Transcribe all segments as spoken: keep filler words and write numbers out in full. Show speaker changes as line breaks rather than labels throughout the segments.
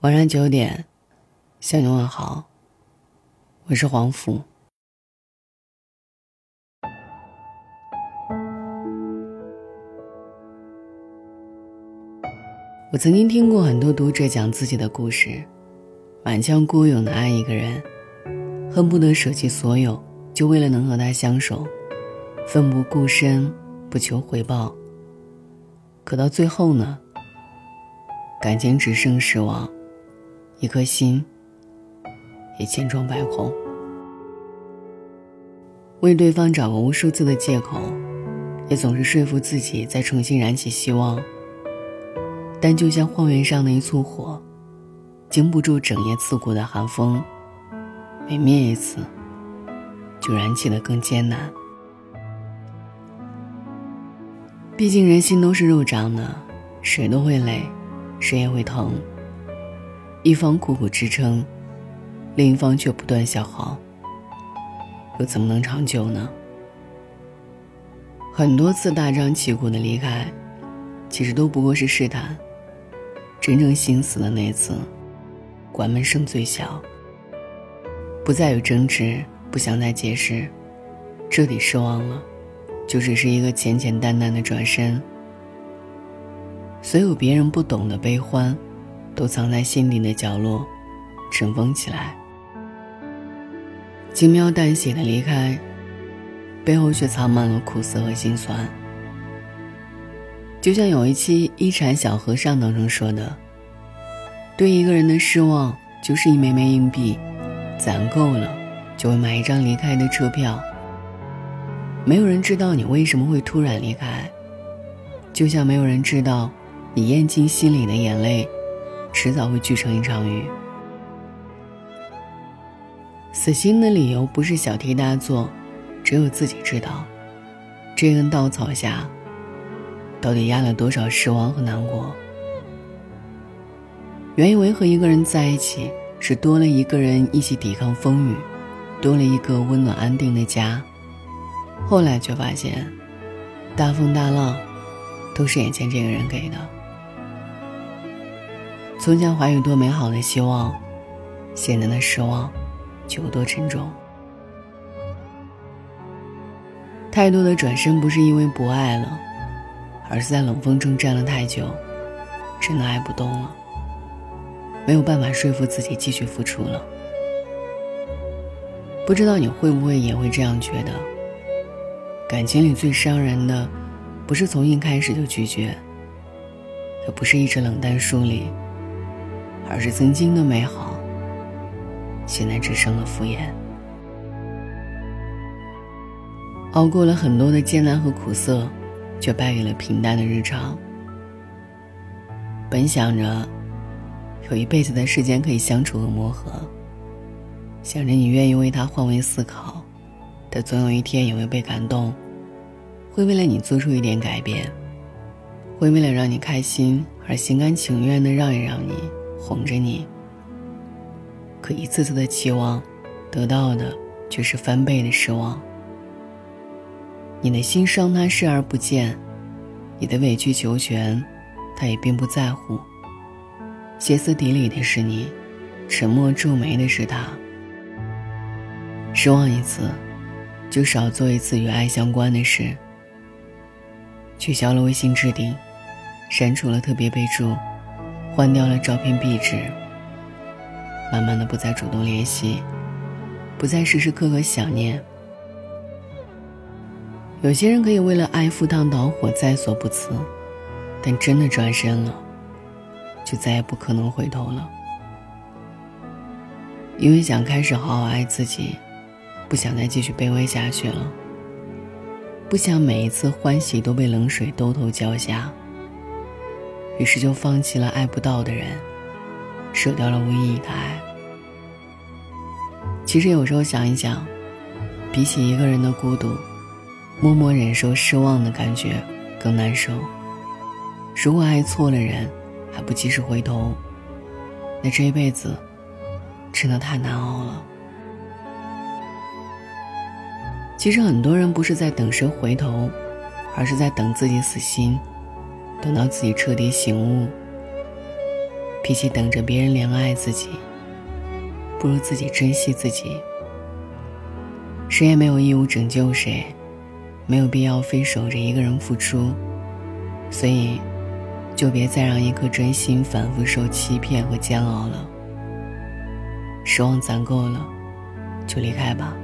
晚上九点，向你问好，我是黄甫。我曾经听过很多读者讲自己的故事，满腔孤勇地爱一个人，恨不得舍弃所有，就为了能和他相守，奋不顾身，不求回报。可到最后呢，感情只剩失望，一颗心也千疮百孔。为对方找个无数次的借口，也总是说服自己再重新燃起希望。但就像荒原上的一簇火，经不住整夜刺骨的寒风，每灭一次就燃起得更艰难。毕竟人心都是肉长的，谁都会累，谁也会疼。一方苦苦支撑，另一方却不断消耗，又怎么能长久呢？很多次大张旗鼓的离开，其实都不过是试探。真正心死的那次，关门声最小，不再有争执，不想再解释，彻底失望了，就只是一个简简单单的转身。所有别人不懂的悲欢，都藏在心底的角落，尘封起来。轻描淡写的离开，背后却藏满了苦涩和心酸。就像有一期一禅小和尚当中说的，对一个人的失望就是一枚枚硬币，攒够了就会买一张离开的车票。没有人知道你为什么会突然离开，就像没有人知道你咽进心里的眼泪迟早会聚成一场雨。死心的理由不是小题大做，只有自己知道，这根稻草下到底压了多少失望和难过。原以为和一个人在一起是多了一个人一起抵抗风雨，多了一个温暖安定的家，后来却发现大风大浪都是眼前这个人给的。从前怀有多美好的希望，现在的失望就有多沉重。太多的转身不是因为不爱了，而是在冷风中站了太久，真的爱不动了，没有办法说服自己继续付出了。不知道你会不会也会这样觉得，感情里最伤人的不是从一开始就拒绝，也不是一直冷淡疏离，而是曾经的美好现在只剩了敷衍。熬过了很多的艰难和苦涩，却败给了平淡的日常。本想着有一辈子的时间可以相处和磨合，想着你愿意为他换位思考，但总有一天也会被感动，会为了你做出一点改变，会为了让你开心而心甘情愿地让一让你，哄着你。可一次次的期望得到的却是翻倍的失望。你的心伤他视而不见，你的委曲求全他也并不在乎，歇斯底里的是你，沉默皱眉的是他。失望一次，就少做一次与爱相关的事。取消了微信置顶，删除了特别备注，换掉了照片壁纸，慢慢的不再主动联系，不再时时刻刻想念。有些人可以为了爱赴汤蹈火在所不辞，但真的转身了，就再也不可能回头了。因为想开始好好爱自己，不想再继续卑微下去了，不想每一次欢喜都被冷水兜头浇下，于是就放弃了爱不到的人，舍掉了无意义的爱。其实有时候想一想，比起一个人的孤独，默默忍受失望的感觉更难受。如果爱错了人还不及时回头，那这一辈子真的太难熬了。其实很多人不是在等谁回头，而是在等自己死心，等到自己彻底醒悟， 比起等着别人怜爱自己，不如自己珍惜自己。谁也没有义务拯救谁，没有必要非守着一个人付出，所以就别再让一颗真心反复受欺骗和煎熬了。失望攒够了，就离开吧。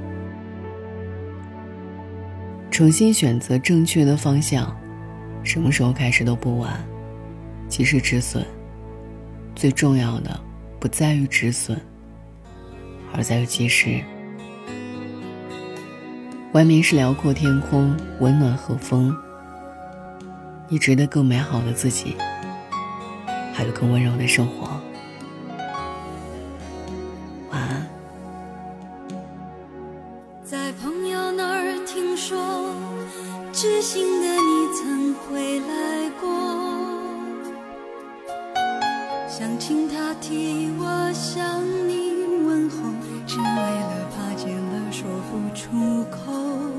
重新选择正确的方向，什么时候开始都不晚。及时止损，最重要的不在于止损，而在于及时。外面是辽阔天空，温暖和风，你值得更美好的自己，还有更温柔的生活。晚安。
在朋友那儿听说，知心的你曾回来过，想请他替我向你问候，只为了怕见了说不出口。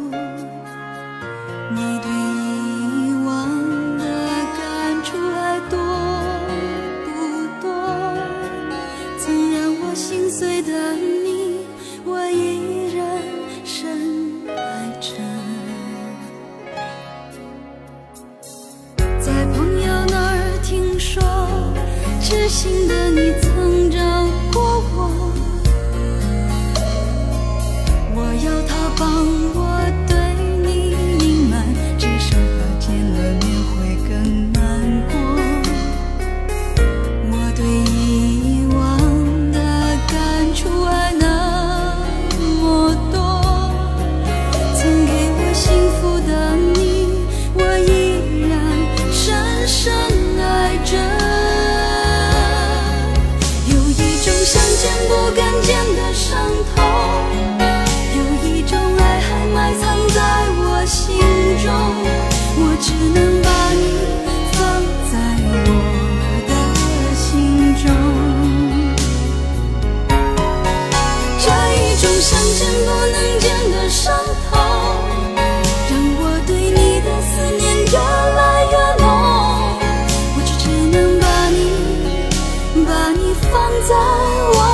你对以往的感触还多不多？曾让我心碎的你，我依然深爱着。在朋友那儿听说，知心的你曾找过我，我要他帮我对你隐瞒，至少怕见了面会更难过。我对以往的感触还那么多，曾给我幸福的你，我依然深深爱着。见不敢见的伤痛，有一种爱还埋藏在我心中，我只能把你放在我的心中。这一种想见不能见的伤痛，让我对你的思念越来越浓，我只只能把你把你放在我